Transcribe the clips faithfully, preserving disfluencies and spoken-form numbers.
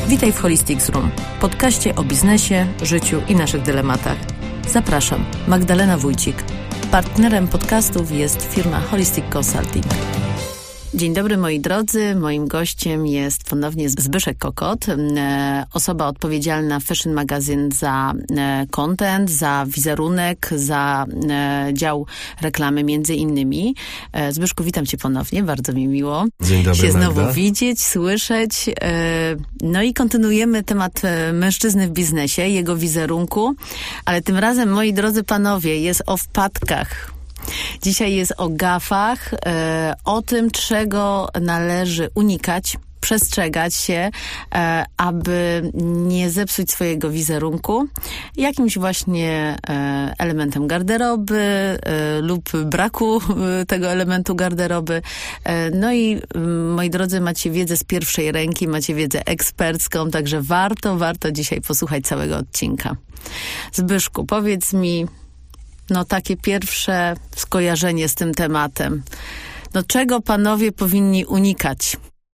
Witaj w Holistics Room, podcaście o biznesie, życiu i naszych dylematach. Zapraszam, Magdalena Wójcik. Partnerem podcastów jest firma Holistic Consulting. Dzień dobry moi drodzy, moim gościem jest ponownie Zbyszek Kokot, e, osoba odpowiedzialna w Fashion Magazine za e, content, za wizerunek, za e, dział reklamy między innymi. E, Zbyszku, witam cię ponownie, bardzo mi miło Dzień dobry, się znowu Magda. widzieć, słyszeć. E, no i kontynuujemy temat e, mężczyzny w biznesie, jego wizerunku, ale tym razem, moi drodzy panowie, jest o wpadkach. Dzisiaj jest o gafach, e, o tym, czego należy unikać, przestrzegać się, e, aby nie zepsuć swojego wizerunku jakimś właśnie e, elementem garderoby e, lub braku e, tego elementu garderoby. E, no i m, moi drodzy, macie wiedzę z pierwszej ręki, macie wiedzę ekspercką, także warto, warto dzisiaj posłuchać całego odcinka. Zbyszku, powiedz mi, no takie pierwsze skojarzenie z tym tematem. No czego panowie powinni unikać?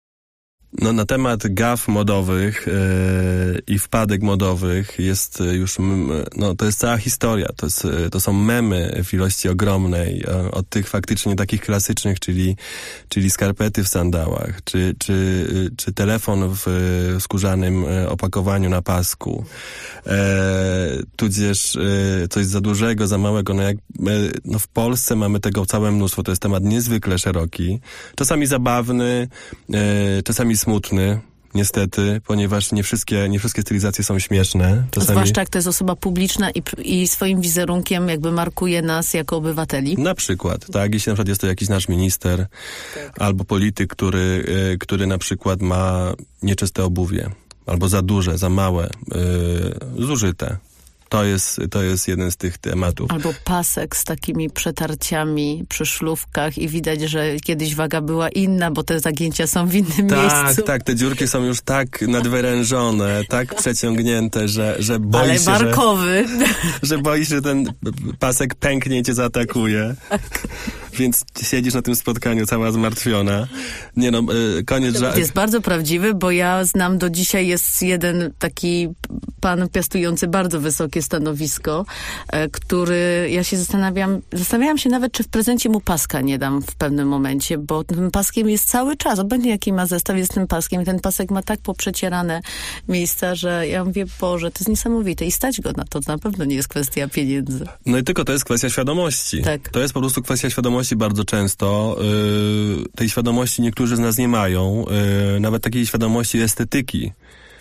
No na temat gaf modowych yy, i wpadek modowych jest już, no to jest cała historia. To, jest, to są memy w ilości ogromnej. Od tych faktycznie takich klasycznych, czyli, czyli skarpety w sandałach, czy, czy, czy telefon w skórzanym opakowaniu na pasku. E, tudzież e, coś za dużego, za małego. No jak e, no w Polsce mamy tego całe mnóstwo. To jest temat niezwykle szeroki. Czasami zabawny, e, czasami smutny, niestety, ponieważ nie wszystkie, nie wszystkie stylizacje są śmieszne. Czasami... Zwłaszcza jak to jest osoba publiczna i, i swoim wizerunkiem jakby markuje nas jako obywateli. Na przykład, tak, jeśli na przykład jest to jakiś nasz minister, tak, albo polityk, który, y, który na przykład ma nieczyste obuwie, albo za duże, za małe, y, zużyte. To jest, to jest jeden z tych tematów. Albo pasek z takimi przetarciami przy szlówkach i widać, że kiedyś waga była inna, bo te zagięcia są w innym tak, miejscu. Tak, tak, te dziurki są już tak nadwyrężone, tak przeciągnięte, że, że boi Ale się, barkowy. Że, że boi się, że ten pasek pęknie i cię zaatakuje. Więc siedzisz na tym spotkaniu cała zmartwiona. Nie no, koniec... To jest bardzo prawdziwy, bo ja znam do dzisiaj, jest jeden taki pan piastujący bardzo wysokie stanowisko, który, ja się zastanawiam, zastanawiałam się nawet, czy w prezencie mu paska nie dam w pewnym momencie, bo tym paskiem jest cały czas, obojętnie jaki ma zestaw, jest tym paskiem i ten pasek ma tak poprzecierane miejsca, że ja mówię, Boże, to jest niesamowite i stać go na to, to na pewno nie jest kwestia pieniędzy. No i tylko to jest kwestia świadomości. Tak. To jest po prostu kwestia świadomości bardzo często. Yy, tej świadomości niektórzy z nas nie mają, yy, nawet takiej świadomości estetyki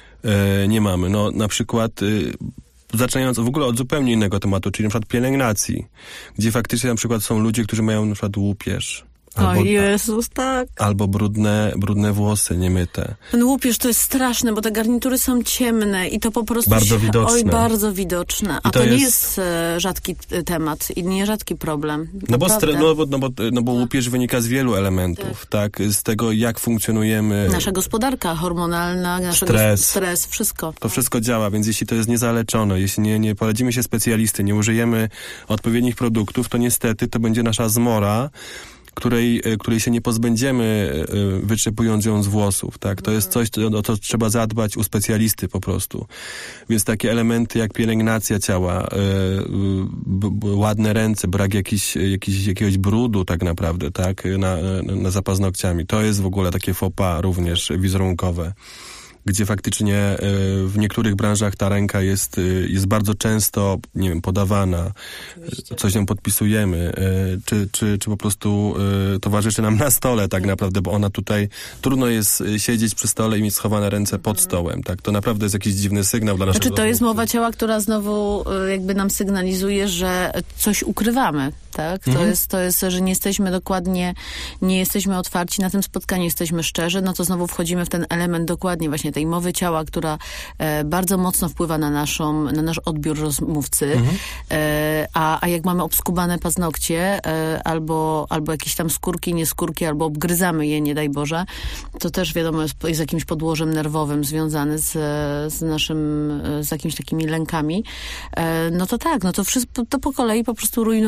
yy, nie mamy. No na przykład... Yy, Zaczynając w ogóle od zupełnie innego tematu, czyli na przykład pielęgnacji, gdzie faktycznie na przykład są ludzie, którzy mają na przykład łupież. Albo, o Jezus, tak. Albo brudne, brudne włosy niemyte. Ten łupież to jest straszne, bo te garnitury są ciemne i to po prostu... Bardzo się, widoczne. Oj, bardzo widoczne. A to, to nie jest... jest e, rzadki temat i nie rzadki problem. No bo, stre, no, bo, no, bo, no bo łupież wynika z wielu elementów, tak. tak? Z tego, jak funkcjonujemy. Nasza gospodarka hormonalna, nasz stres. stres, wszystko. To wszystko działa, więc jeśli to jest niezaleczone, jeśli nie, nie poradzimy się specjalisty, nie użyjemy odpowiednich produktów, to niestety to będzie nasza zmora, której, której się nie pozbędziemy, wyczepując ją z włosów, tak? To jest coś, o co trzeba zadbać u specjalisty po prostu. Więc takie elementy jak pielęgnacja ciała, b, b, ładne ręce, brak jakiś, jakiś, jakiegoś brudu tak naprawdę, tak? Na, na za paznokciami. To jest w ogóle takie faux pas również wizerunkowe, gdzie faktycznie w niektórych branżach ta ręka jest, jest bardzo często, nie wiem, podawana, oczywiście, coś ją podpisujemy, czy, czy, czy po prostu towarzyszy nam na stole tak naprawdę, bo ona tutaj, trudno jest siedzieć przy stole i mieć schowane ręce pod stołem, tak? To naprawdę jest jakiś dziwny sygnał dla naszego... Znaczy to jest mowa ciała, która znowu jakby nam sygnalizuje, że coś ukrywamy, tak? To, mhm. jest, to jest, że nie jesteśmy dokładnie, nie jesteśmy otwarci na tym spotkaniu, jesteśmy szczerzy, no to znowu wchodzimy w ten element dokładnie właśnie tej mowy ciała, która e, bardzo mocno wpływa na naszą, na nasz odbiór rozmówcy, mhm. e, a, a jak mamy obskubane paznokcie e, albo, albo jakieś tam skórki, nieskórki, albo obgryzamy je, nie daj Boże, to też wiadomo jest, jest jakimś podłożem nerwowym związany z, z naszym, z jakimiś takimi lękami, e, no to tak, no to wszystko, to po kolei po prostu rujnujemy tak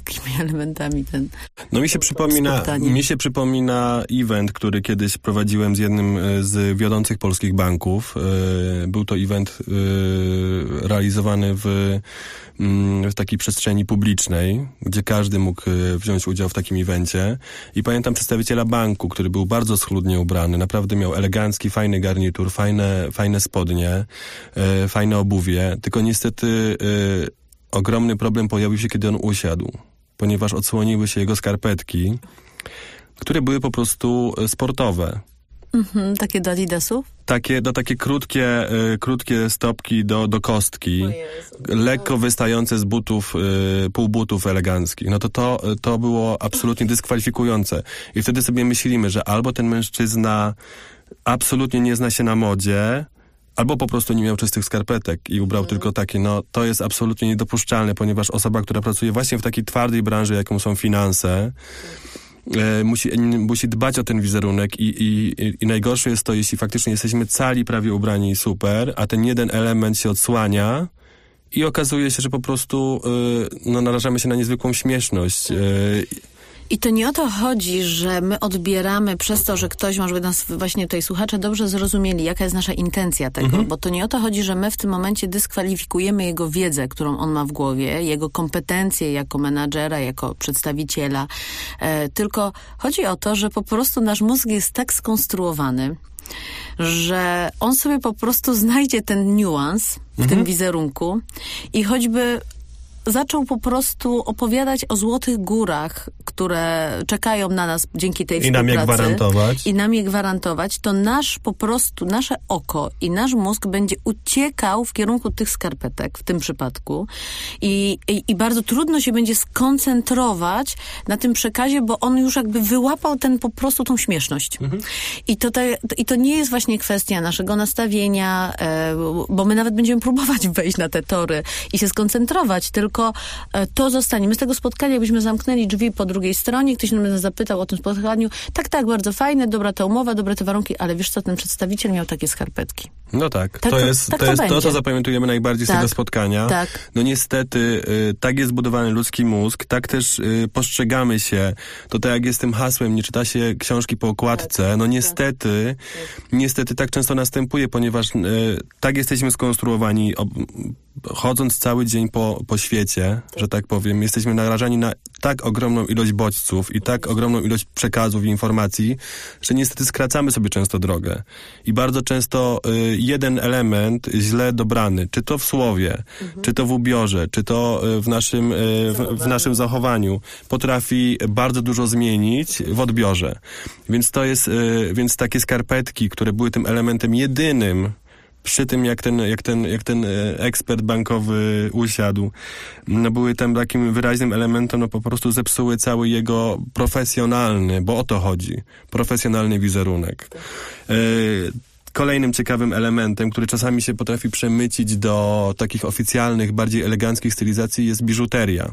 takimi elementami ten No mi się przypomina, spotkanie. mi się przypomina event, który kiedyś prowadziłem z jednym z wiodących polskich banków. Był to event realizowany w, w takiej przestrzeni publicznej, gdzie każdy mógł wziąć udział w takim evencie. I pamiętam przedstawiciela banku, który był bardzo schludnie ubrany, naprawdę miał elegancki, fajny garnitur, fajne, fajne spodnie, fajne obuwie, tylko niestety ogromny problem pojawił się, kiedy on usiadł, ponieważ odsłoniły się jego skarpetki, które były po prostu sportowe. Mhm, takie do Adidasów? Takie, do takie krótkie, y, krótkie stopki do, do kostki, lekko wystające z butów, y, półbutów eleganckich. No to, to to było absolutnie dyskwalifikujące. I wtedy sobie myślimy, że albo ten mężczyzna absolutnie nie zna się na modzie, albo po prostu nie miał czystych skarpetek i ubrał mm. tylko takie. No to jest absolutnie niedopuszczalne, ponieważ osoba, która pracuje właśnie w takiej twardej branży, jaką są finanse, e, musi, musi dbać o ten wizerunek i, i, i najgorsze jest to, jeśli faktycznie jesteśmy cali prawie ubrani i super, a ten jeden element się odsłania i okazuje się, że po prostu e, no, narażamy się na niezwykłą śmieszność. E, I to nie o to chodzi, że my odbieramy przez to, że ktoś, może nas właśnie tutaj słuchacze dobrze zrozumieli, jaka jest nasza intencja tego, mhm. bo to nie o to chodzi, że my w tym momencie dyskwalifikujemy jego wiedzę, którą on ma w głowie, jego kompetencje jako menadżera, jako przedstawiciela, e, tylko chodzi o to, że po prostu nasz mózg jest tak skonstruowany, że on sobie po prostu znajdzie ten niuans w mhm. tym wizerunku i choćby zaczął po prostu opowiadać o złotych górach, które czekają na nas dzięki tej I współpracy. nam je gwarantować. I nam je gwarantować. To nasz po prostu, nasze oko i nasz mózg będzie uciekał w kierunku tych skarpetek w tym przypadku. I, i, i bardzo trudno się będzie skoncentrować na tym przekazie, bo on już jakby wyłapał ten po prostu tą śmieszność. Mhm. I, to te, I to nie jest właśnie kwestia naszego nastawienia, e, bo my nawet będziemy próbować wejść na te tory i się skoncentrować, tylko Tylko to zostanie. My z tego spotkania, jakbyśmy zamknęli drzwi po drugiej stronie, ktoś nas zapytał o tym spotkaniu, tak, tak, bardzo fajne, dobra ta umowa, dobre te warunki, ale wiesz co, ten przedstawiciel miał takie skarpetki. No tak, tak to, to jest, tak to, to, jest to, co zapamiętujemy najbardziej tak, z tego spotkania. Tak. No niestety, y, tak jest zbudowany ludzki mózg, tak też y, postrzegamy się. To tak jak jest tym hasłem, nie czyta się książki po okładce. Tak, no niestety, tak. niestety tak często następuje, ponieważ y, tak jesteśmy skonstruowani, ob, chodząc cały dzień po, po świecie, tak. że tak powiem, jesteśmy narażani na tak ogromną ilość bodźców i tak ogromną ilość przekazów i informacji, że niestety skracamy sobie często drogę. I bardzo często y, jeden element źle dobrany, czy to w słowie, mhm. czy to w ubiorze, czy to w naszym, y, w, w naszym zachowaniu, potrafi bardzo dużo zmienić w odbiorze. Więc to jest, y, więc takie skarpetki, które były tym elementem jedynym, przy tym, jak ten, jak ten, jak ten ekspert bankowy usiadł, no były tam takim wyraźnym elementem, no po prostu zepsuły cały jego profesjonalny, bo o to chodzi, profesjonalny wizerunek. Y, Kolejnym ciekawym elementem, który czasami się potrafi przemycić do takich oficjalnych, bardziej eleganckich stylizacji, jest biżuteria.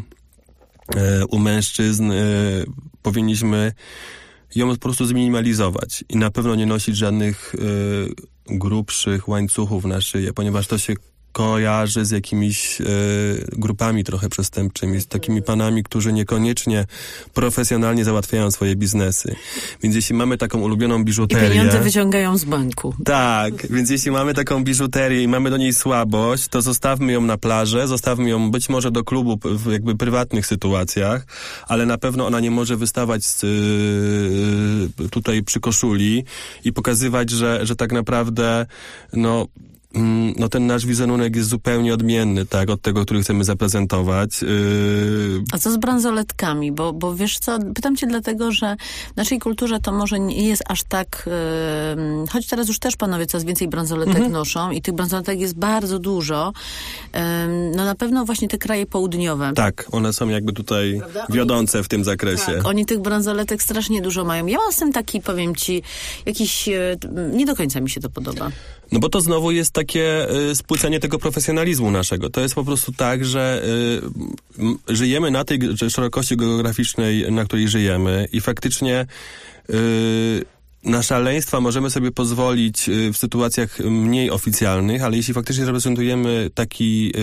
Y, u mężczyzn y, powinniśmy ją po prostu zminimalizować i na pewno nie nosić żadnych y, grubszych łańcuchów na szyję, ponieważ to się kojarzy z jakimiś e, grupami trochę przestępczymi, z takimi panami, którzy niekoniecznie profesjonalnie załatwiają swoje biznesy. Więc jeśli mamy taką ulubioną biżuterię... I pieniądze wyciągają z banku. Tak, więc jeśli mamy taką biżuterię i mamy do niej słabość, to zostawmy ją na plażę, zostawmy ją być może do klubu w jakby prywatnych sytuacjach, ale na pewno ona nie może wystawać z, yy, tutaj przy koszuli i pokazywać, że, że tak naprawdę no no ten nasz wizerunek jest zupełnie odmienny, tak, od tego, który chcemy zaprezentować. Yy... A co z bransoletkami? Bo, bo wiesz co, pytam cię dlatego, że w naszej kulturze to może nie jest aż tak, yy, choć teraz już też panowie coraz więcej bransoletek mhm. noszą i tych bransoletek jest bardzo dużo, yy, no na pewno właśnie te kraje południowe. Tak, one są jakby tutaj Prawda? wiodące oni, w tym zakresie. Tak, oni tych bransoletek strasznie dużo mają. Ja mam z tym taki, powiem ci, jakiś, yy, nie do końca mi się to podoba. No bo to znowu jest takie y, spłycenie tego profesjonalizmu naszego. To jest po prostu tak, że y, m, żyjemy na tej szerokości geograficznej, na której żyjemy i faktycznie y, na szaleństwa możemy sobie pozwolić w sytuacjach mniej oficjalnych, ale jeśli faktycznie reprezentujemy taki, yy,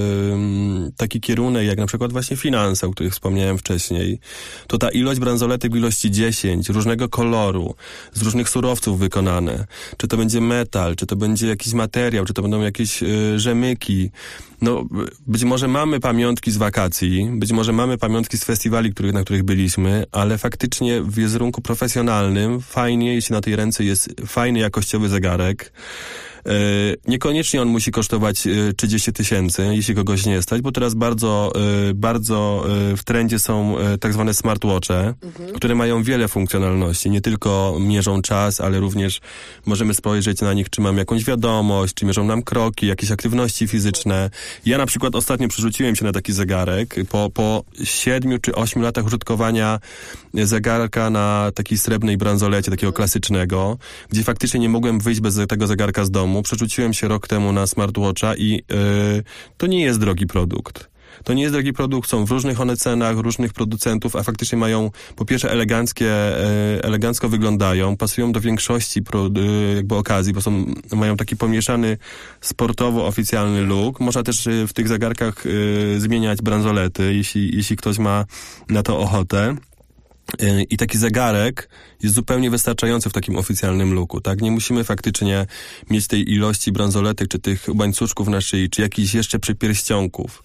taki kierunek, jak na przykład właśnie finanse, o których wspomniałem wcześniej, to ta ilość bransoletek w ilości dziesięć, różnego koloru, z różnych surowców wykonane, czy to będzie metal, czy to będzie jakiś materiał, czy to będą jakieś yy, rzemyki. No, być może mamy pamiątki z wakacji, być może mamy pamiątki z festiwali, których, na których byliśmy, ale faktycznie w wizerunku profesjonalnym fajnie, jeśli na tej ręce jest fajny, jakościowy zegarek. Yy, niekoniecznie on musi kosztować yy, trzydzieści tysięcy, jeśli kogoś nie stać, bo teraz bardzo, yy, bardzo yy, w trendzie są yy, tak zwane smartwatche, mhm. które mają wiele funkcjonalności. Nie tylko mierzą czas, ale również możemy spojrzeć na nich, czy mam jakąś wiadomość, czy mierzą nam kroki, jakieś aktywności fizyczne. Ja na przykład ostatnio przerzuciłem się na taki zegarek po, po siedmiu czy ośmiu latach użytkowania zegarka na takiej srebrnej bransolecie, takiego klasycznego, gdzie faktycznie nie mogłem wyjść bez tego zegarka z domu. Przerzuciłem się rok temu na smartwatcha i yy, to nie jest drogi produkt. To nie jest drogi produkt, są w różnych one cenach, różnych producentów, a faktycznie mają, po pierwsze, eleganckie, yy, elegancko wyglądają, pasują do większości pro, yy, jakby okazji, bo są, mają taki pomieszany sportowo-oficjalny look. Można też yy, w tych zegarkach yy, zmieniać bransolety, jeśli, jeśli ktoś ma na to ochotę. I taki zegarek jest zupełnie wystarczający w takim oficjalnym looku, tak? Nie musimy faktycznie mieć tej ilości bransoletek, czy tych łańcuszków na szyi, czy jakichś jeszcze przypierścionków.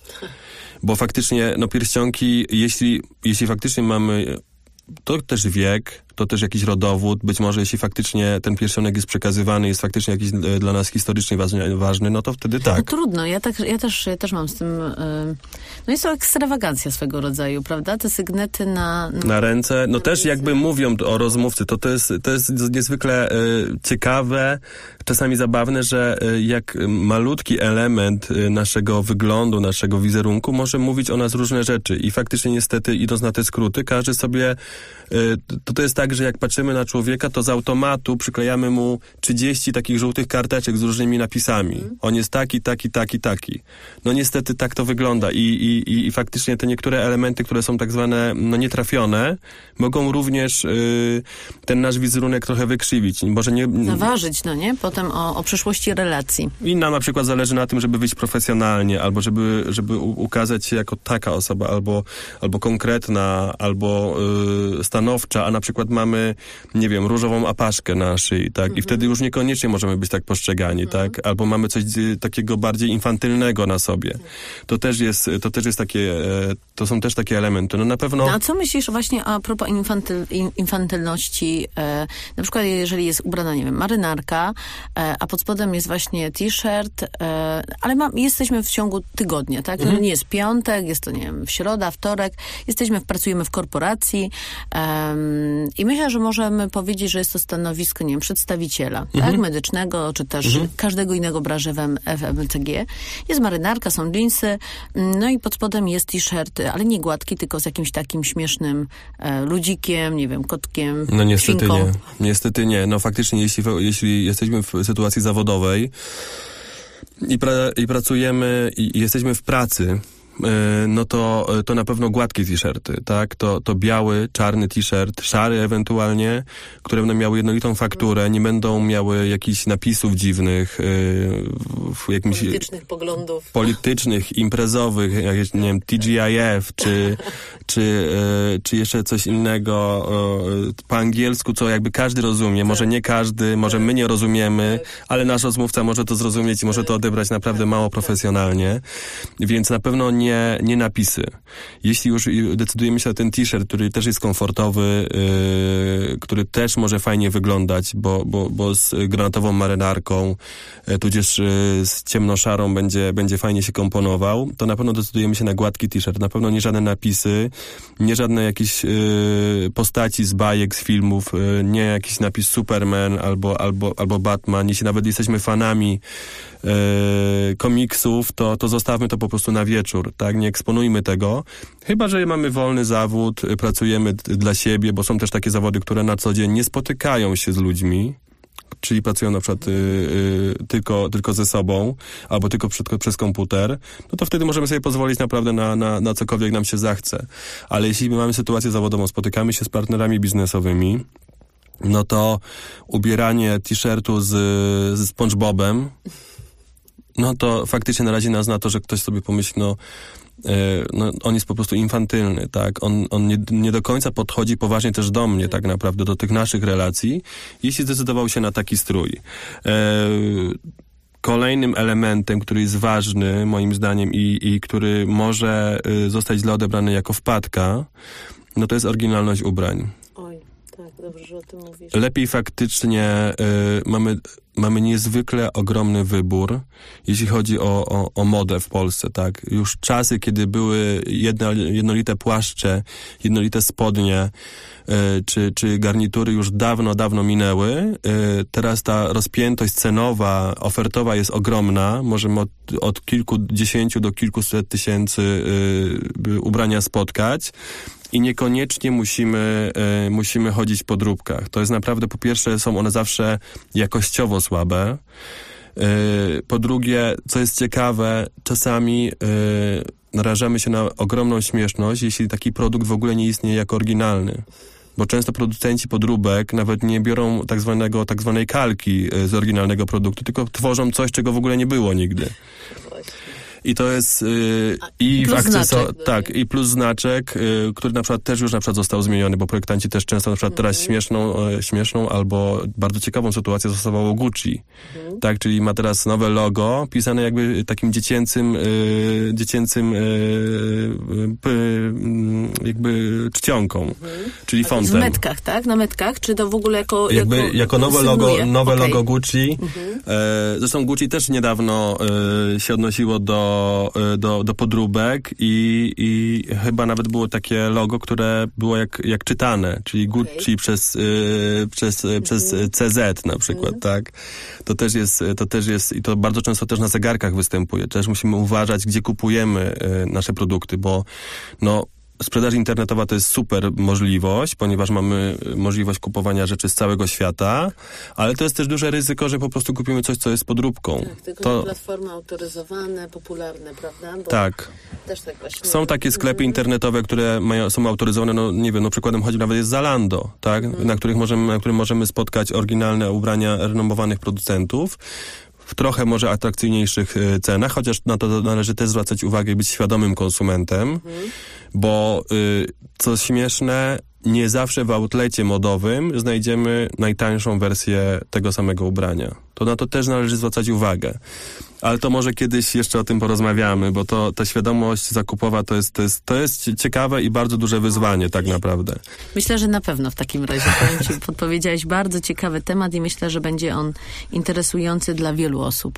Bo faktycznie, no pierścionki, jeśli, jeśli faktycznie mamy, to też wiek, to też jakiś rodowód, być może jeśli faktycznie ten pierścionek jest przekazywany, jest faktycznie jakiś dla nas historycznie ważny, no to wtedy tak. No trudno, ja, tak, ja, też, ja też mam z tym, yy, no jest to ekstrawagancja swego rodzaju, prawda? Te sygnety na... Na, na ręce, no na też ręce. Jakby mówią o rozmówcy, to to jest, to jest niezwykle yy, ciekawe, czasami zabawne, że yy, jak malutki element yy, naszego wyglądu, naszego wizerunku może mówić o nas różne rzeczy i faktycznie niestety, idąc na te skróty, każdy sobie, yy, to, to jest tak, że jak patrzymy na człowieka, to z automatu przyklejamy mu trzydzieści takich żółtych karteczek z różnymi napisami. Mm. On jest taki, taki, taki, taki. No niestety tak to wygląda i, i, i faktycznie te niektóre elementy, które są tak zwane no nietrafione, mogą również yy, ten nasz wizerunek trochę wykrzywić. Może nie... Zaważyć, no nie? Potem o, o przyszłości relacji. I nam na przykład zależy na tym, żeby wyjść profesjonalnie, albo żeby, żeby ukazać się jako taka osoba, albo, albo konkretna, albo yy, stanowcza, a na przykład mamy, nie wiem, różową apaszkę na szyi, tak? Mm-hmm. I wtedy już niekoniecznie możemy być tak postrzegani, mm-hmm. tak? Albo mamy coś takiego bardziej infantylnego na sobie. To też jest, to też jest takie, to są też takie elementy. No na pewno... No, a co myślisz właśnie a propos infantyl, infantylności? E, na przykład jeżeli jest ubrana, nie wiem, marynarka, e, a pod spodem jest właśnie t-shirt, e, ale ma, jesteśmy w ciągu tygodnia, tak? Mm-hmm. No, nie jest piątek, jest to, nie wiem, w środa, wtorek, jesteśmy, pracujemy w korporacji e, i myślę, że możemy powiedzieć, że jest to stanowisko, nie wiem, przedstawiciela, mhm. tak, medycznego, czy też mhm. każdego innego branży w F M C G. Jest marynarka, są dżinsy, no i pod spodem jest t-shirt, ale nie gładki, tylko z jakimś takim śmiesznym e, ludzikiem, nie wiem, kotkiem, No niestety świnką. nie. Niestety nie. No faktycznie, jeśli, jeśli jesteśmy w sytuacji zawodowej i, pra, i pracujemy i, i jesteśmy w pracy, no to, to na pewno gładkie t-shirty, tak? To, to biały, czarny t-shirt, szary ewentualnie, które będą miały jednolitą fakturę, nie będą miały jakichś napisów dziwnych, w jakimś... Politycznych poglądów. Politycznych, imprezowych, jak, nie wiem, T G I F, czy, czy, czy jeszcze coś innego po angielsku, co jakby każdy rozumie. Tak. Może nie każdy, może my nie rozumiemy, tak. ale nasz rozmówca może to zrozumieć i może to odebrać naprawdę mało profesjonalnie. Więc na pewno nie Nie, nie napisy. Jeśli już decydujemy się na ten t-shirt, który też jest komfortowy, yy, który też może fajnie wyglądać, bo, bo, bo z granatową marynarką, yy, tudzież yy, z ciemnoszarą będzie, będzie fajnie się komponował, to na pewno decydujemy się na gładki t-shirt. Na pewno nie żadne napisy, nie żadne jakieś yy, postaci z bajek, z filmów, yy, nie jakiś napis Superman albo, albo, albo Batman. Jeśli nawet jesteśmy fanami yy, komiksów, to, to zostawmy to po prostu na wieczór. Tak, nie eksponujmy tego. Chyba że mamy wolny zawód, pracujemy d- dla siebie, bo są też takie zawody, które na co dzień nie spotykają się z ludźmi, czyli pracują na przykład y, y, tylko, tylko ze sobą, albo tylko przed, przez komputer, no to wtedy możemy sobie pozwolić naprawdę na, na, na cokolwiek nam się zachce. Ale jeśli mamy sytuację zawodową, spotykamy się z partnerami biznesowymi, no to ubieranie t-shirtu z, z SpongeBobem, no to faktycznie narazi nas na to, że ktoś sobie pomyśli, no, no on jest po prostu infantylny, tak? On, on nie, nie do końca podchodzi poważnie też do mnie, tak naprawdę, do tych naszych relacji, jeśli zdecydował się na taki strój. E, Kolejnym elementem, który jest ważny, moim zdaniem, i, i który może y, zostać źle odebrany jako wpadka, no to jest oryginalność ubrań. Oj, tak, dobrze, że o tym mówisz. Lepiej faktycznie y, mamy, mamy niezwykle ogromny wybór, jeśli chodzi o, o, o modę w Polsce, tak? Już czasy, kiedy były jedno, jednolite płaszcze, jednolite spodnie, Czy, czy garnitury już dawno, dawno minęły. Teraz ta rozpiętość cenowa, ofertowa jest ogromna. Możemy od, od kilkudziesięciu do kilkuset tysięcy y, ubrania spotkać i niekoniecznie musimy, y, musimy chodzić po podróbkach. To jest naprawdę, po pierwsze, są one zawsze jakościowo słabe. Y, po drugie, co jest ciekawe, czasami y, narażamy się na ogromną śmieszność, jeśli taki produkt w ogóle nie istnieje jako oryginalny. Bo często producenci podróbek nawet nie biorą tak zwanego, tak zwanej kalki z oryginalnego produktu, tylko tworzą coś, czego w ogóle nie było nigdy. I to jest yy, i w akceso- tak, i plus znaczek, yy, który na przykład też już na przykład został zmieniony, bo projektanci też często na przykład teraz śmieszną, yy, śmieszną albo bardzo ciekawą sytuację zastosowało Gucci. Mhm. Tak, czyli ma teraz nowe logo, pisane jakby takim dziecięcym yy, dziecięcym yy, yy, jakby czcionką, mhm. czyli fontem. W metkach, tak? Na metkach? Czy to w ogóle jako jakby jako, jako nowe logo, nowe okay. logo Gucci. Mhm. Yy, zresztą Gucci też niedawno yy, się odnosiło do Do, do podróbek i, i chyba nawet było takie logo, które było jak, jak czytane, czyli Gucci okay. przez, y, przez, y, przez C Z na przykład, mm. tak? To też jest, to też jest i to bardzo często też na zegarkach występuje. Też musimy uważać, gdzie kupujemy y, nasze produkty, bo no sprzedaż internetowa to jest super możliwość, ponieważ mamy możliwość kupowania rzeczy z całego świata, ale to jest też duże ryzyko, że po prostu kupimy coś, co jest podróbką. Tak, tylko to... platformy autoryzowane, popularne, prawda? Bo tak. Też tak właśnie... Są takie sklepy internetowe, które mają, są autoryzowane, no nie wiem, no przykładem choćby nawet jest Zalando, tak? Mhm. Na których możemy, na którym możemy spotkać oryginalne ubrania renomowanych producentów w trochę może atrakcyjniejszych cenach, chociaż na to należy też zwracać uwagę i być świadomym konsumentem, mhm. bo y, co śmieszne, nie zawsze w outlecie modowym znajdziemy najtańszą wersję tego samego ubrania. To na to też należy zwracać uwagę. Ale to może kiedyś jeszcze o tym porozmawiamy, bo to ta świadomość zakupowa to jest, to jest, to jest ciekawe i bardzo duże wyzwanie tak naprawdę. Myślę, że na pewno w takim razie. Powiem ci, podpowiedziałeś bardzo ciekawy temat i myślę, że będzie on interesujący dla wielu osób.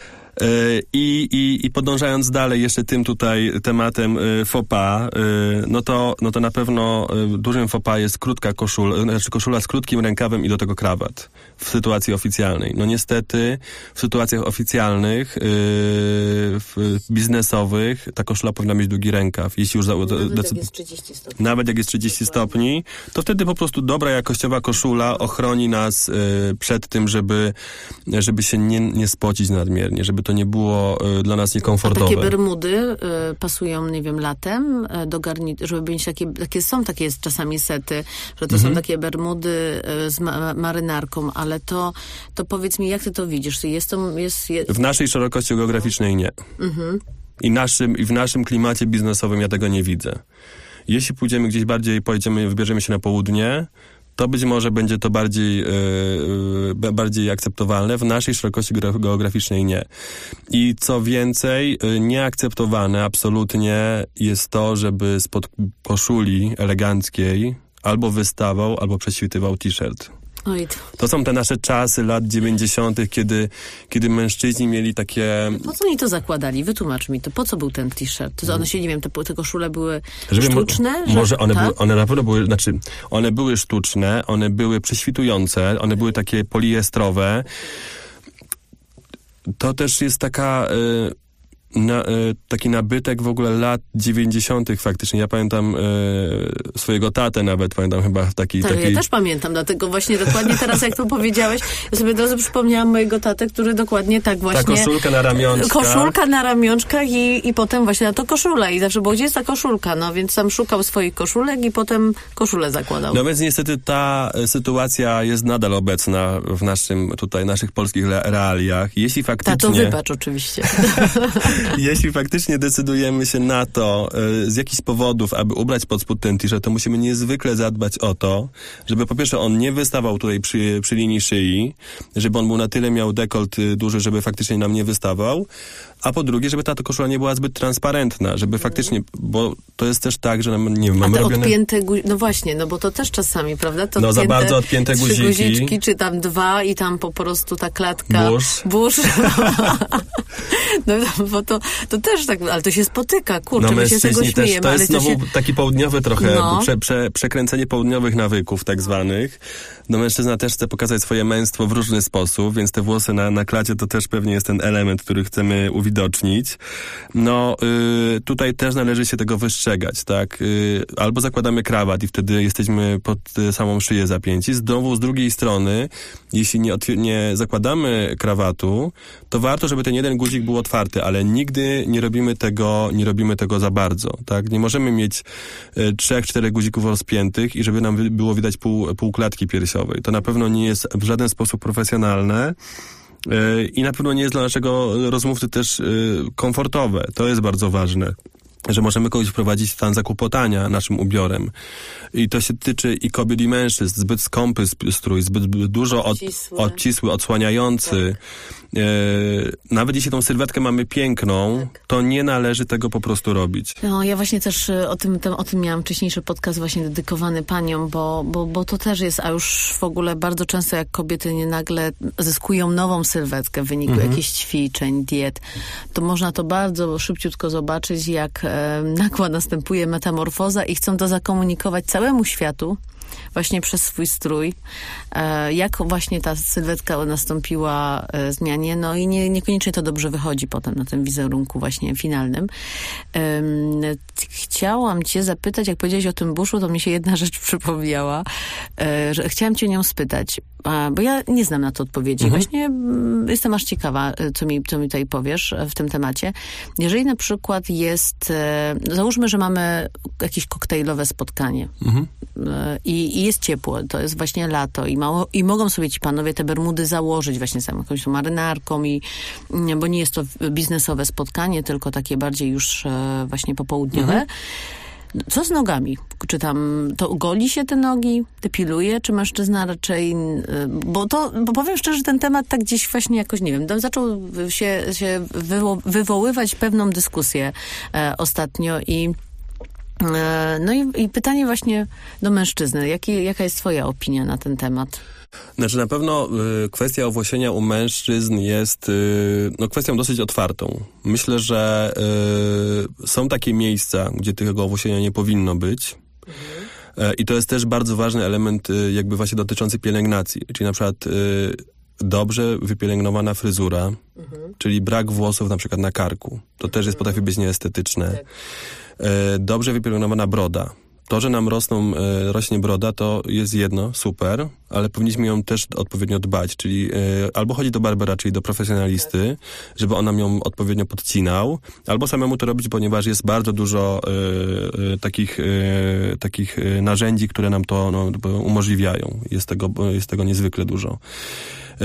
I, i, i podążając dalej jeszcze tym tutaj tematem y, faux pas, y, no, to, no to na pewno y, dużym faux pas jest krótka koszula, znaczy koszula z krótkim rękawem i do tego krawat w sytuacji oficjalnej. No niestety w sytuacjach oficjalnych, y, w, biznesowych ta koszula powinna mieć długi rękaw. Jeśli już za, nawet decyd- jak jest trzydzieści stopni. Nawet jak jest trzydzieści stopni, to wtedy po prostu dobra jakościowa koszula ochroni nas y, przed tym, żeby, żeby się nie, nie spocić nadmiernie, żeby to nie było y, dla nas niekomfortowe. A takie bermudy y, pasują, nie wiem, latem y, do garnitury, żeby mieć takie, takie, są takie czasami sety, że to mhm. są takie bermudy y, z ma- marynarką, ale to, to powiedz mi, jak ty to widzisz? Jest to, jest, jest... W naszej szerokości geograficznej nie. Mhm. I, naszym, I w naszym klimacie biznesowym ja tego nie widzę. Jeśli pójdziemy gdzieś bardziej, pojedziemy, wybierzemy się na południe, to być może będzie to bardziej, yy, bardziej akceptowalne. W naszej szerokości geograficznej nie. I co więcej, yy, nieakceptowane absolutnie jest to, żeby spod koszuli eleganckiej albo wystawał, albo prześwitywał t-shirt. Oj, to... to są te nasze czasy lat dziewięćdziesiątych, kiedy, kiedy mężczyźni mieli takie... Po co oni to zakładali? Wytłumacz mi to. Po co był ten t-shirt? To one się, nie wiem, te, te koszule były Żeby sztuczne? Mo- może one, tak? były, one na pewno były, znaczy one były sztuczne, one były prześwitujące, one były takie poliestrowe. To też jest taka... Y- na, taki nabytek w ogóle lat dziewięćdziesiątych faktycznie. Ja pamiętam e, swojego tatę nawet, pamiętam chyba taki... Tak, taki... ja też pamiętam, dlatego właśnie dokładnie teraz, jak to powiedziałeś, ja sobie od razu przypomniałam mojego tatę, który dokładnie tak właśnie... Ta koszulka na ramionczkach. Koszulka na ramionczkach i, i potem właśnie na to koszula. I zawsze było, gdzie jest ta koszulka? No więc tam szukał swoich koszulek i potem koszulę zakładał. No więc niestety ta sytuacja jest nadal obecna w naszym, tutaj, naszych polskich realiach. Jeśli faktycznie... Tato, wybacz oczywiście. Jeśli faktycznie decydujemy się na to y, z jakichś powodów, aby ubrać pod spód ten t-shirt, to musimy niezwykle zadbać o to, żeby po pierwsze on nie wystawał tutaj przy, przy linii szyi, żeby on był na tyle miał dekolt y, duży, żeby faktycznie nam nie wystawał, a po drugie, żeby ta koszula nie była zbyt transparentna, żeby faktycznie, bo to jest też tak, że nam, nie wiem, mamy a te robione... odpięte guzi... No właśnie, no bo to też czasami, prawda? To no za bardzo odpięte trzy guziki. guziczki, czy tam dwa i tam po prostu ta klatka... Burz. Burz. No bo to, to też tak, ale to się spotyka, kurczę, no, my się z tego śmiejemy. Też, to jest ale to znowu się... taki południowy trochę, no. prze, prze, przekręcenie południowych nawyków tak zwanych. No mężczyzna też chce pokazać swoje męstwo w różny sposób, więc te włosy na, na klacie to też pewnie jest ten element, który chcemy uwidocznić. No y, tutaj też należy się tego wystrzegać, tak? Y, albo zakładamy krawat i wtedy jesteśmy pod y, samą szyję zapięci. Znowu z drugiej strony, jeśli nie, otwier- nie zakładamy krawatu, to warto, żeby ten jeden guzik był otwarty, ale nigdy nie robimy tego, nie robimy tego za bardzo, tak? Nie możemy mieć y, trzech, czterech guzików rozpiętych i żeby nam wy- było widać pół, pół klatki piersiowej. To na pewno nie jest w żaden sposób profesjonalne. I na pewno nie jest dla naszego rozmówcy też y, komfortowe. To jest bardzo ważne, że możemy kogoś wprowadzić w stan zakłopotania naszym ubiorem. I to się tyczy i kobiet, i mężczyzn. Zbyt skąpy strój, zbyt dużo od, odcisły, odsłaniający. Tak. E, nawet jeśli tą sylwetkę mamy piękną, tak. to nie należy tego po prostu robić. No, ja właśnie też o tym, tam, o tym miałam wcześniejszy podcast właśnie dedykowany paniom, bo, bo, bo to też jest, a już w ogóle bardzo często jak kobiety nie nagle zyskują nową sylwetkę w wyniku mhm. jakichś ćwiczeń, diet, to można to bardzo szybciutko zobaczyć, jak e, nagła następuje metamorfoza i chcą to zakomunikować całemu światu, właśnie przez swój strój, e, jak właśnie ta sylwetka nastąpiła e, zmianie, no i nie, niekoniecznie to dobrze wychodzi potem na tym wizerunku właśnie finalnym. E, chciałam cię zapytać, jak powiedziałeś o tym buszu, to mi się jedna rzecz przypomniała, e, że chciałam cię nią spytać, a, bo ja nie znam na to odpowiedzi. Mhm. Właśnie m, jestem aż ciekawa, co mi, co mi tutaj powiesz w tym temacie. Jeżeli na przykład jest, e, załóżmy, że mamy jakieś koktajlowe spotkanie mhm. e, i, i jest ciepło, to jest właśnie lato i, mało, i mogą sobie ci panowie te bermudy założyć właśnie z jakąś marynarką, i, bo nie jest to biznesowe spotkanie, tylko takie bardziej już e, właśnie popołudniowe. Mhm. Co z nogami? Czy tam to goli się te nogi, depiluje, czy mężczyzna raczej... Bo to, bo powiem szczerze, że ten temat tak gdzieś właśnie jakoś, nie wiem, zaczął się, się wywo- wywoływać pewną dyskusję e, ostatnio i e, no i, i pytanie właśnie do mężczyzny. Jaki, jaka jest twoja opinia na ten temat? Znaczy na pewno y, kwestia owłosienia u mężczyzn jest y, no, kwestią dosyć otwartą. Myślę, że y, są takie miejsca, gdzie tego owłosienia nie powinno być. Mhm. Y, I to jest też bardzo ważny element y, jakby właśnie dotyczący pielęgnacji. Czyli na przykład y, dobrze wypielęgnowana fryzura, mhm. czyli brak włosów na przykład na karku. To mhm. też jest, potrafi być nieestetyczne. Tak. Y, dobrze wypielęgnowana broda. To, że nam rosną, e, rośnie broda, to jest jedno, super, ale powinniśmy ją też odpowiednio dbać, czyli e, albo chodzić do barbera, czyli do profesjonalisty, żeby on nam ją odpowiednio podcinał, albo samemu to robić, ponieważ jest bardzo dużo e, e, takich, e, takich e, narzędzi, które nam to no, umożliwiają. Jest tego, jest tego niezwykle dużo. E,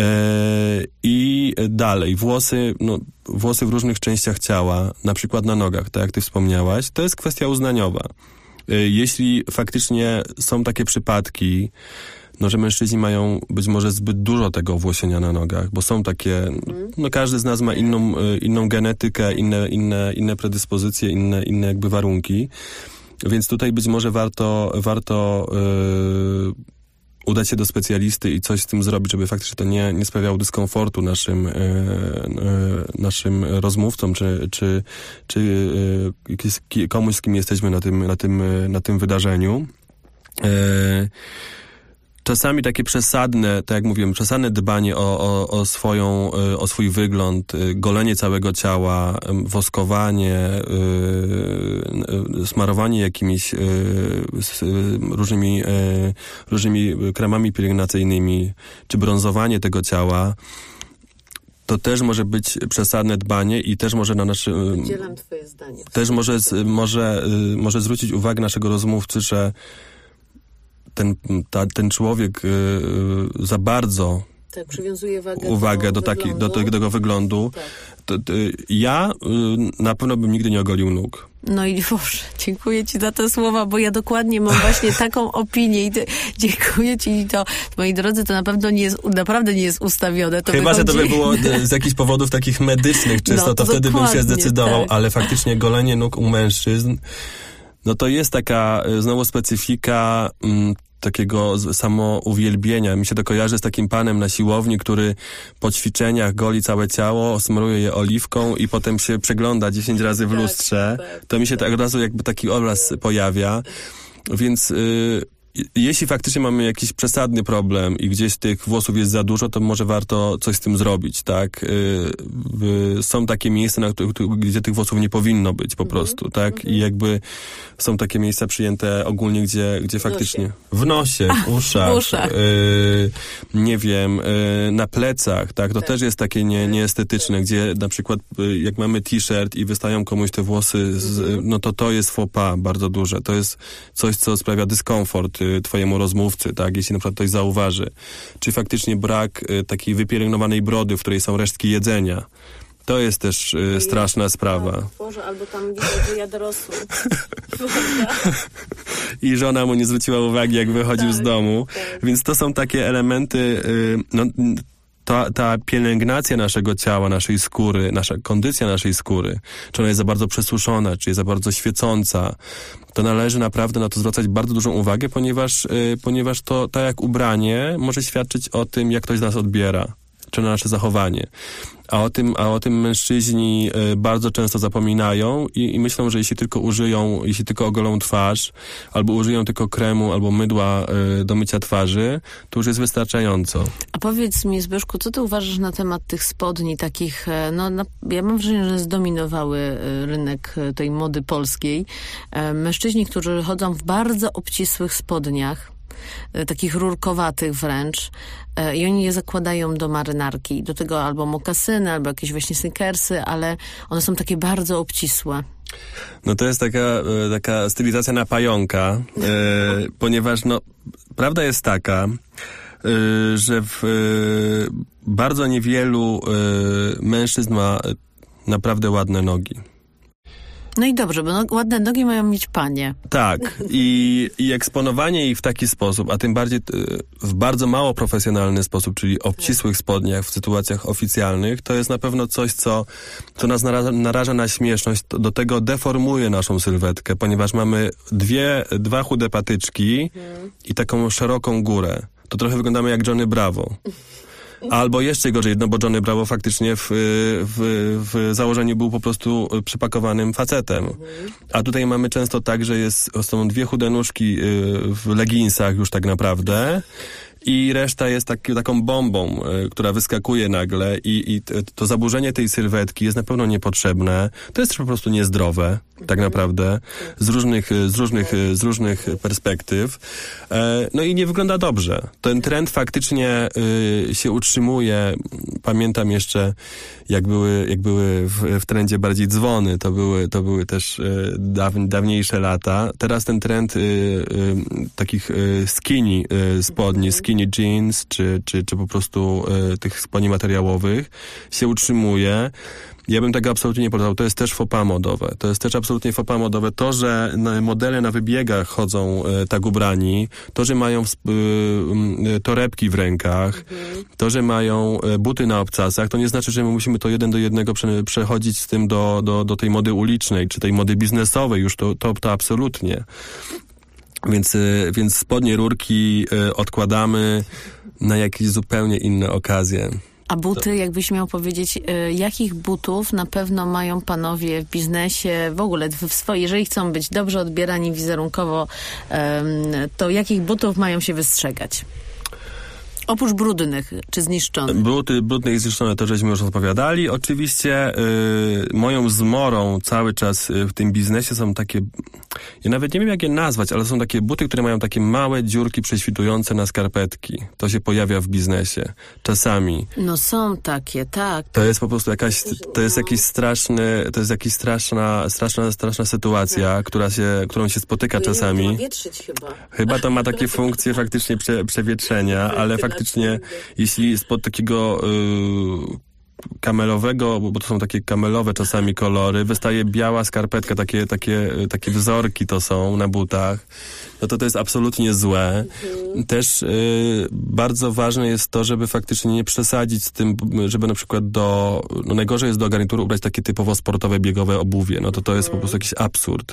I dalej, włosy, no, włosy w różnych częściach ciała, na przykład na nogach, tak jak ty wspomniałaś, to jest kwestia uznaniowa. Jeśli faktycznie są takie przypadki, no, że mężczyźni mają być może zbyt dużo tego owłosienia na nogach, bo są takie, no każdy z nas ma inną, inną genetykę, inne, inne, inne predyspozycje, inne, inne jakby warunki, więc tutaj być może warto, warto yy, udać się do specjalisty i coś z tym zrobić, żeby faktycznie to nie, nie sprawiało dyskomfortu naszym, e, e, naszym rozmówcom, czy, czy, czy e, komuś, z kim jesteśmy na tym, na tym, na tym wydarzeniu. E, czasami takie przesadne, tak jak mówiłem, przesadne dbanie o, o, o swoją, o swój wygląd, golenie całego ciała, woskowanie, smarowanie jakimiś różnymi, różnymi kremami pielęgnacyjnymi, czy brązowanie tego ciała, to też może być przesadne dbanie i też może na nasze... Podzielam twoje zdanie. Też może, może, może zwrócić uwagę naszego rozmówcy, że ten, ta, ten człowiek za bardzo tak, przywiązuje wagę uwagę do, do, taki, do, do tego wyglądu. Tak. To, to, ja na pewno bym nigdy nie ogolił nóg. No i Boże, dziękuję ci za te słowa, bo ja dokładnie mam właśnie taką opinię i te, dziękuję ci i to, moi drodzy, to na pewno nie jest, naprawdę nie jest ustawione. To Chyba, wychodzi... że to by było z jakichś powodów takich medycznych czysto, no, to, to wtedy bym się zdecydował, tak. Ale faktycznie golenie nóg u mężczyzn, no to jest taka znowu specyfika m, takiego samouwielbienia. Mi się to kojarzy z takim panem na siłowni, który po ćwiczeniach goli całe ciało, smruje je oliwką i potem się przegląda dziesięć razy w lustrze. Tak, tak, to mi się tak od razu jakby taki obraz pojawia. Więc y, jeśli faktycznie mamy jakiś przesadny problem i gdzieś tych włosów jest za dużo, to może warto coś z tym zrobić, tak? Y, y, są takie miejsca, na, gdzie tych włosów nie powinno być po prostu, tak? Mm-hmm. I jakby są takie miejsca przyjęte ogólnie, gdzie, gdzie faktycznie... W nosie, w uszach. W uszach. Y, nie wiem, y, na plecach, tak? To tak. też jest takie nie, nieestetyczne, gdzie na przykład y, jak mamy t-shirt i wystają komuś te włosy, z, mm-hmm. no to to jest faux pas bardzo duże. To jest coś, co sprawia dyskomfort twojemu rozmówcy, tak, jeśli na przykład ktoś zauważy. Czy faktycznie brak y, takiej wypielęgnowanej brody, w której są resztki jedzenia. To jest też y, straszna ja, sprawa. Tak, Boże, albo tam widać, że ja dorosły. I żona mu nie zwróciła uwagi, jak wychodził tak, z domu. Tak. Więc to są takie elementy, y, no, ta, ta pielęgnacja naszego ciała, naszej skóry, nasza kondycja naszej skóry, czy ona jest za bardzo przesuszona, czy jest za bardzo świecąca, to należy naprawdę na to zwracać bardzo dużą uwagę, ponieważ, yy, ponieważ to, tak jak ubranie, może świadczyć o tym, jak ktoś z nas odbiera, czy na nasze zachowanie. A o tym, a o tym mężczyźni y, bardzo często zapominają i, i myślą, że jeśli tylko użyją, jeśli tylko ogolą twarz, albo użyją tylko kremu, albo mydła y, do mycia twarzy, to już jest wystarczająco. A powiedz mi, Zbyszku, co ty uważasz na temat tych spodni takich, no na, ja mam wrażenie, że zdominowały rynek tej mody polskiej. Mężczyźni, którzy chodzą w bardzo obcisłych spodniach, takich rurkowatych wręcz, i oni je zakładają do marynarki, do tego albo mokasyny, albo jakieś właśnie sneakersy, ale one są takie bardzo obcisłe. No to jest taka, taka stylizacja na pająka, e, ponieważ no, prawda jest taka, e, że w e, bardzo niewielu e, mężczyzn ma naprawdę ładne nogi. No i dobrze, bo no, ładne nogi mają mieć panie. Tak. I, i eksponowanie ich w taki sposób, a tym bardziej w bardzo mało profesjonalny sposób, czyli obcisłych spodniach w sytuacjach oficjalnych, to jest na pewno coś, co, co nas naraża, naraża na śmieszność. Do tego deformuje naszą sylwetkę, ponieważ mamy dwie, dwa chude patyczki hmm. i taką szeroką górę. To trochę wyglądamy jak Johnny Bravo. Albo jeszcze gorzej, no bo Johnny Bravo faktycznie w, w, w założeniu był po prostu przypakowanym facetem. A tutaj mamy często tak, że jest, są dwie chude nóżki w leginsach już tak naprawdę i reszta jest tak, taką bombą, y, która wyskakuje nagle i, i to zaburzenie tej sylwetki jest na pewno niepotrzebne. To jest po prostu niezdrowe, tak naprawdę, z różnych, z różnych, z różnych perspektyw. E, no i nie wygląda dobrze. Ten trend faktycznie y, się utrzymuje. Pamiętam jeszcze, jak były, jak były w, w trendzie bardziej dzwony, to były, to były też y, daw, dawniejsze lata. Teraz ten trend y, y, takich y, skinny y, spodni, skinny jeans, czy, czy, czy po prostu y, tych spodni materiałowych się utrzymuje. Ja bym tego absolutnie nie polecał. To jest też faux pas modowe. To jest też absolutnie faux pas modowe. To, że modele na wybiegach chodzą e, tak ubrani, to, że mają e, torebki w rękach, mhm. to, że mają e, buty na obcasach, to nie znaczy, że my musimy to jeden do jednego prze, przechodzić z tym do, do, do tej mody ulicznej, czy tej mody biznesowej. Już to, to, to absolutnie. Więc, więc spodnie, rurki e, odkładamy na jakieś zupełnie inne okazje. A buty, jakbyś miał powiedzieć, y, jakich butów na pewno mają panowie w biznesie, w ogóle w swojej, jeżeli chcą być dobrze odbierani wizerunkowo, y, to jakich butów mają się wystrzegać? Oprócz brudnych czy zniszczonych. Buty brudne i zniszczone to żeśmy już odpowiadali. Oczywiście y, moją zmorą cały czas w tym biznesie są takie, ja nawet nie wiem jak je nazwać, ale są takie buty, które mają takie małe dziurki prześwitujące na skarpetki. To się pojawia w biznesie. Czasami. No są takie, tak. To jest po prostu jakaś, to jest jakiś straszny, to jest jakaś straszna, straszna, straszna sytuacja, która się, którą się spotyka czasami. Ma wietrzyć chyba. Chyba to ma takie funkcje faktycznie prze, przewietrzenia, ale faktycznie jeśli spod takiego y, kamelowego, bo to są takie kamelowe czasami kolory, wystaje biała skarpetka, takie, takie, takie wzorki to są na butach, no to to jest absolutnie złe. Mhm. Też y, bardzo ważne jest to, żeby faktycznie nie przesadzić z tym, żeby na przykład do, no najgorzej jest do garnituru ubrać takie typowo sportowe, biegowe obuwie, no to to jest po prostu jakiś absurd.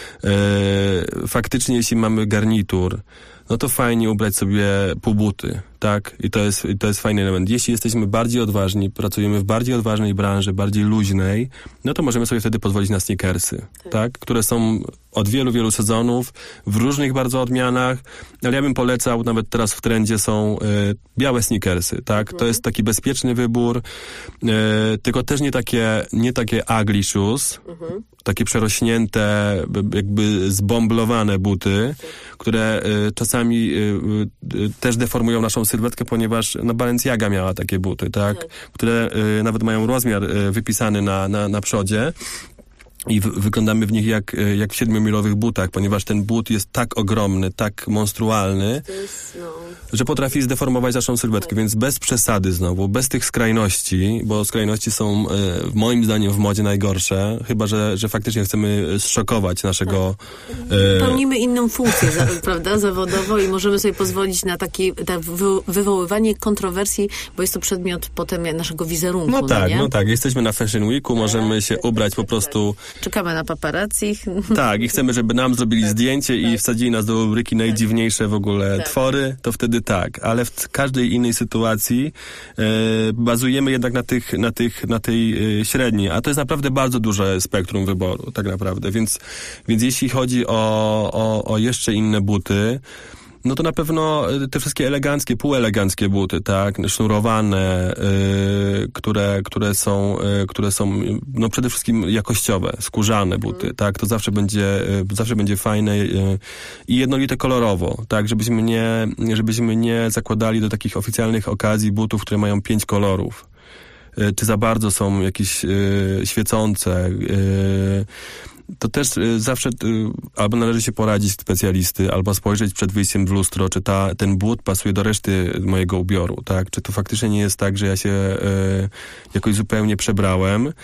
Y, faktycznie jeśli mamy garnitur, no to fajnie ubrać sobie półbuty, tak? I to jest, i to jest fajny element. Jeśli jesteśmy bardziej odważni, pracujemy w bardziej odważnej branży, bardziej luźnej, no to możemy sobie wtedy pozwolić na sneakersy, tak? tak? Które są od wielu, wielu sezonów, w różnych bardzo odmianach, ale ja bym polecał, nawet teraz w trendzie są y, białe sneakersy, tak? Mhm. To jest taki bezpieczny wybór, y, tylko też nie takie, nie takie ugly shoes, mhm. takie przerośnięte, jakby zbomblowane buty, tak. które y, czasami y, y, też deformują naszą sylwetkę, ponieważ no, Balenciaga miała takie buty, tak? tak. Które y, nawet mają rozmiar y, wypisany na, na, na przodzie. I w, wyglądamy w nich jak, jak w siedmiomilowych butach, ponieważ ten but jest tak ogromny, tak monstrualny, jest, no. że potrafi zdeformować naszą sylwetkę, więc bez przesady znowu, bez tych skrajności, bo skrajności są e, moim zdaniem w modzie najgorsze, chyba że, że faktycznie chcemy zszokować naszego... E... Pełnimy inną funkcję, za, prawda, zawodowo i możemy sobie pozwolić na takie ta wy, wywoływanie kontrowersji, bo jest to przedmiot potem naszego wizerunku. No tak, no, no tak. Jesteśmy na Fashion Weeku, możemy się ubrać po prostu... Czekamy na paparazzi. Tak, i chcemy, żeby nam zrobili tak, zdjęcie tak. i wsadzili nas do rubryki tak. najdziwniejsze w ogóle tak. twory, to wtedy tak. Ale w każdej innej sytuacji e, bazujemy jednak na tych, na tych, na tej e, średniej. A to jest naprawdę bardzo duże spektrum wyboru, tak naprawdę. Więc, więc jeśli chodzi o, o, o jeszcze inne buty, no to na pewno te wszystkie eleganckie, półeleganckie buty, tak, sznurowane, yy, które, które są, yy, które są, no przede wszystkim jakościowe, skórzane buty, mm. tak, to zawsze będzie, yy, zawsze będzie fajne yy, i jednolite kolorowo, tak, żebyśmy nie, żebyśmy nie zakładali do takich oficjalnych okazji butów, które mają pięć kolorów. Czy za bardzo są jakieś yy, świecące, yy, to też y, zawsze y, albo należy się poradzić specjalisty, albo spojrzeć przed wyjściem w lustro, czy ta, ten but pasuje do reszty mojego ubioru, tak? Czy to faktycznie nie jest tak, że ja się y, jakoś zupełnie przebrałem. Y,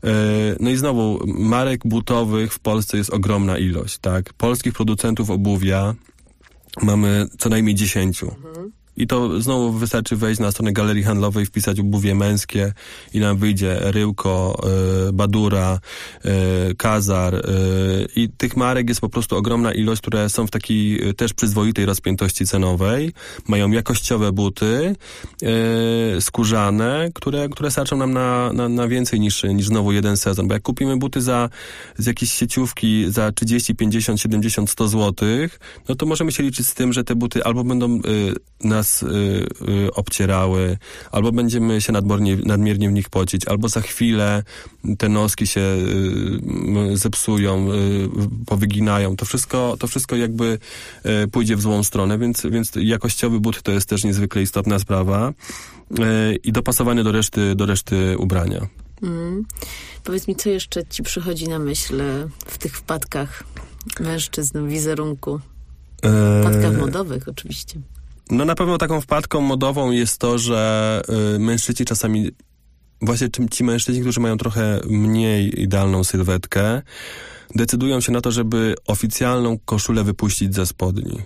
no i znowu, marek butowych w Polsce jest ogromna ilość, tak? Polskich producentów obuwia mamy co najmniej dziesięciu. Mhm. I to znowu wystarczy wejść na stronę galerii handlowej, wpisać obuwie męskie i nam wyjdzie Ryłko, y, Badura, y, Kazar y, i tych marek jest po prostu ogromna ilość, które są w takiej y, też przyzwoitej rozpiętości cenowej. Mają jakościowe buty, y, skórzane, które, które starczą nam na, na, na więcej niż, niż znowu jeden sezon. Bo jak kupimy buty za, z jakiejś sieciówki za trzydzieści, pięćdziesiąt, siedemdziesiąt, sto złotych, no to możemy się liczyć z tym, że te buty albo będą y, nas Y, y, obcierały, albo będziemy się nadmiernie, nadmiernie w nich pocić, albo za chwilę te noski się y, zepsują, y, powyginają. To wszystko, to wszystko jakby y, pójdzie w złą stronę, więc, więc jakościowy but to jest też niezwykle istotna sprawa y, i dopasowanie do reszty, do reszty ubrania. Mm. Powiedz mi, co jeszcze ci przychodzi na myśl w tych wpadkach mężczyzn w wizerunku? Wpadkach modowych oczywiście. No na pewno taką wpadką modową jest to, że y, mężczyźni czasami, właśnie ci mężczyźni, którzy mają trochę mniej idealną sylwetkę, decydują się na to, żeby oficjalną koszulę wypuścić ze spodni.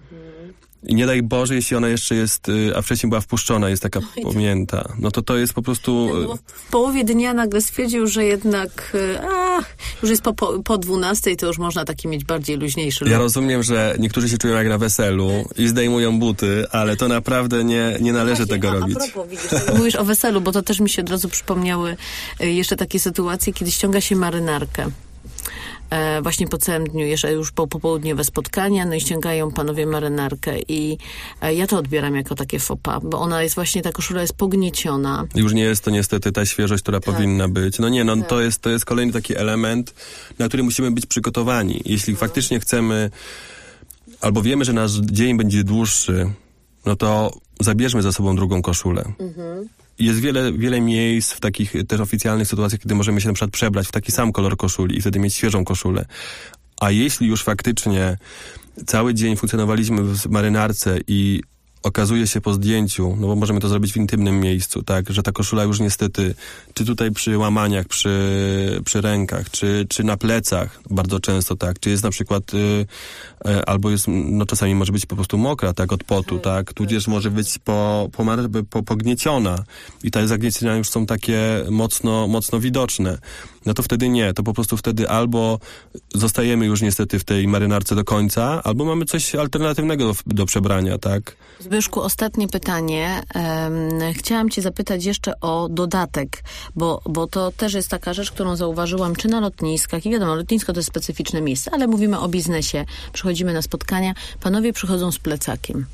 I nie daj Boże, jeśli ona jeszcze jest, a wcześniej była wpuszczona, jest taka pomięta. No to to jest po prostu... No, w połowie dnia nagle stwierdził, że jednak a, już jest po, po, po dwunastej, to już można taki mieć bardziej luźniejszy. Ja rozumiem, że niektórzy się czują jak na weselu i zdejmują buty, ale to naprawdę nie, nie należy no tego a, robić. A propos, widzisz, mówisz o weselu, bo to też mi się od razu przypomniały jeszcze takie sytuacje, kiedy ściąga się marynarkę. e, właśnie po całym dniu, jeszcze już po popołudniowe spotkania, no i ściągają panowie marynarkę i e, ja to odbieram jako takie faux pas, bo ona jest właśnie, ta koszula jest pognieciona. Już nie jest to niestety ta świeżość, która tak. powinna być. No nie, no tak. to, jest, to jest kolejny taki element, na który musimy być przygotowani. Jeśli no. faktycznie chcemy, albo wiemy, że nasz dzień będzie dłuższy, no to zabierzmy za sobą drugą koszulę. Mhm. Jest wiele, wiele miejsc w takich też oficjalnych sytuacjach, kiedy możemy się na przykład przebrać w taki sam kolor koszuli i wtedy mieć świeżą koszulę. A jeśli już faktycznie cały dzień funkcjonowaliśmy w marynarce i okazuje się po zdjęciu, no bo możemy to zrobić w intymnym miejscu, tak, że ta koszula już niestety, czy tutaj przy łamaniach, przy, przy rękach, czy, czy na plecach, bardzo często tak, czy jest na przykład, y, y, albo jest, no czasami może być po prostu mokra, tak, od potu, tak, tudzież może być po, po, po, pognieciona i te zagniecienia już są takie mocno, mocno widoczne. No to wtedy nie, to po prostu wtedy albo zostajemy już niestety w tej marynarce do końca, albo mamy coś alternatywnego do, do przebrania, tak? Zbyszku, ostatnie pytanie. Um, chciałam cię zapytać jeszcze o dodatek, bo, bo to też jest taka rzecz, którą zauważyłam, czy na lotniskach, i wiadomo, lotnisko to jest specyficzne miejsce, ale mówimy o biznesie. Przychodzimy na spotkania, panowie przychodzą z plecakiem.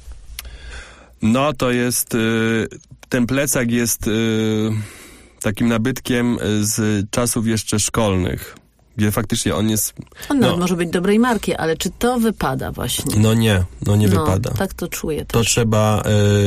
No to jest, y, ten plecak jest y, takim nabytkiem z czasów jeszcze szkolnych, gdzie faktycznie on jest... On nawet no, może być dobrej marki, ale czy to wypada właśnie? No nie, no nie no, wypada. Tak to czuję też. To trzeba...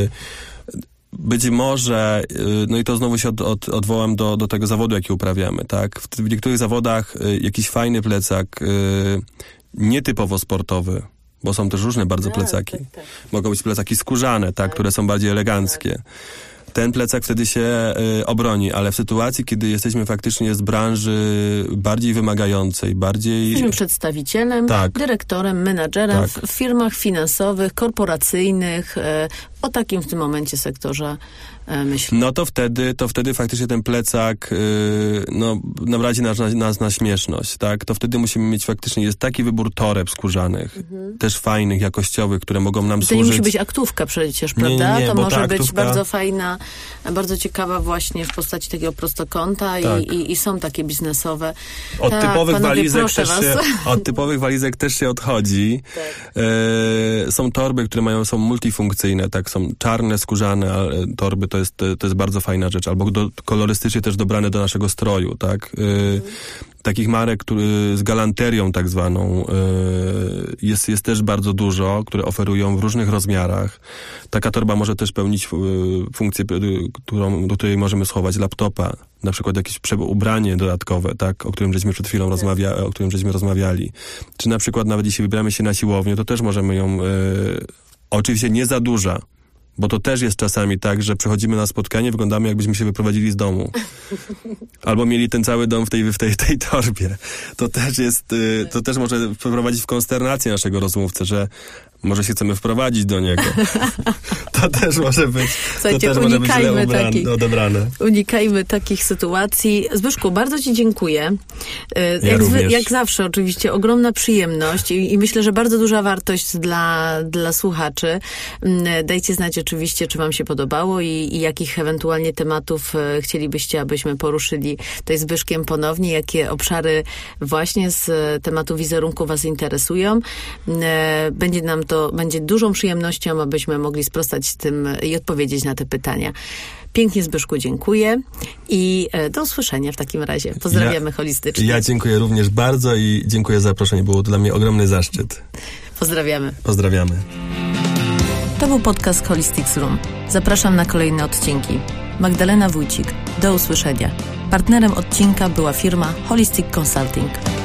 Y, być może, y, no i to znowu się od, od, odwołam do, do tego zawodu, jaki uprawiamy, tak? W, w niektórych zawodach y, jakiś fajny plecak, y, nietypowo sportowy, bo są też różne bardzo tak, plecaki. Tak, tak. Mogą być plecaki skórzane, tak, tak, które są bardziej eleganckie. Tak. Ten plecak wtedy się y, obroni, ale w sytuacji, kiedy jesteśmy faktycznie z branży bardziej wymagającej, bardziej... Jesteśmy przedstawicielem, tak. dyrektorem, menadżerem tak. w firmach finansowych, korporacyjnych, y, o takim w tym momencie sektorze y, myślę. No to wtedy, to wtedy faktycznie ten plecak y, no, narazi nas, nas na śmieszność, tak? To wtedy musimy mieć faktycznie, jest taki wybór toreb skórzanych, mhm. też fajnych, jakościowych, które mogą nam to służyć... To nie musi być aktówka przecież, prawda? Nie, nie, to może aktówka... być bardzo fajna, bardzo ciekawa właśnie w postaci takiego prostokąta tak. i, i, i są takie biznesowe. Od tak, typowych panowie, walizek też was. się, od typowych walizek też się odchodzi. Tak. E, są torby, które mają, są multifunkcyjne, tak, są czarne, skórzane torby, to jest, to jest bardzo fajna rzecz, albo do, kolorystycznie też dobrane do naszego stroju, tak. E, mm. Takich marek, który, z galanterią tak zwaną, yy, jest, jest też bardzo dużo, które oferują w różnych rozmiarach. Taka torba może też pełnić yy, funkcję, yy, którą, do której możemy schować laptopa. Na przykład jakieś ubranie dodatkowe, tak, o którym żeśmy przed chwilą rozmawia, o którym żeśmy rozmawiali. Czy na przykład nawet jeśli wybieramy się na siłownię, to też możemy ją, yy, oczywiście nie za duża, bo to też jest czasami tak, że przychodzimy na spotkanie, wyglądamy jakbyśmy się wyprowadzili z domu. Albo mieli ten cały dom w tej, w tej, tej torbie. To też jest, y, to też może wprowadzić w konsternację naszego rozmówcę, że może się chcemy wprowadzić do niego. To też może być, Słuchajcie, to też może być źle ubran, takich, odebrane. Unikajmy takich sytuacji. Zbyszku, bardzo ci dziękuję. Ja jak, zwy, jak zawsze oczywiście ogromna przyjemność i, i myślę, że bardzo duża wartość dla, dla słuchaczy. Dajcie znać oczywiście, czy wam się podobało i, i jakich ewentualnie tematów chcielibyście, abyśmy poruszyli tutaj z Zbyszkiem ponownie, jakie obszary właśnie z tematu wizerunku was interesują. Będzie nam to To będzie dużą przyjemnością, abyśmy mogli sprostać tym i odpowiedzieć na te pytania. Pięknie, Zbyszku, dziękuję i do usłyszenia w takim razie. Pozdrawiamy ja, holistycznie. Ja dziękuję również bardzo i dziękuję za zaproszenie. Było to dla mnie ogromny zaszczyt. Pozdrawiamy. Pozdrawiamy. To był podcast Holistics Room. Zapraszam na kolejne odcinki. Magdalena Wójcik. Do usłyszenia. Partnerem odcinka była firma Holistic Consulting.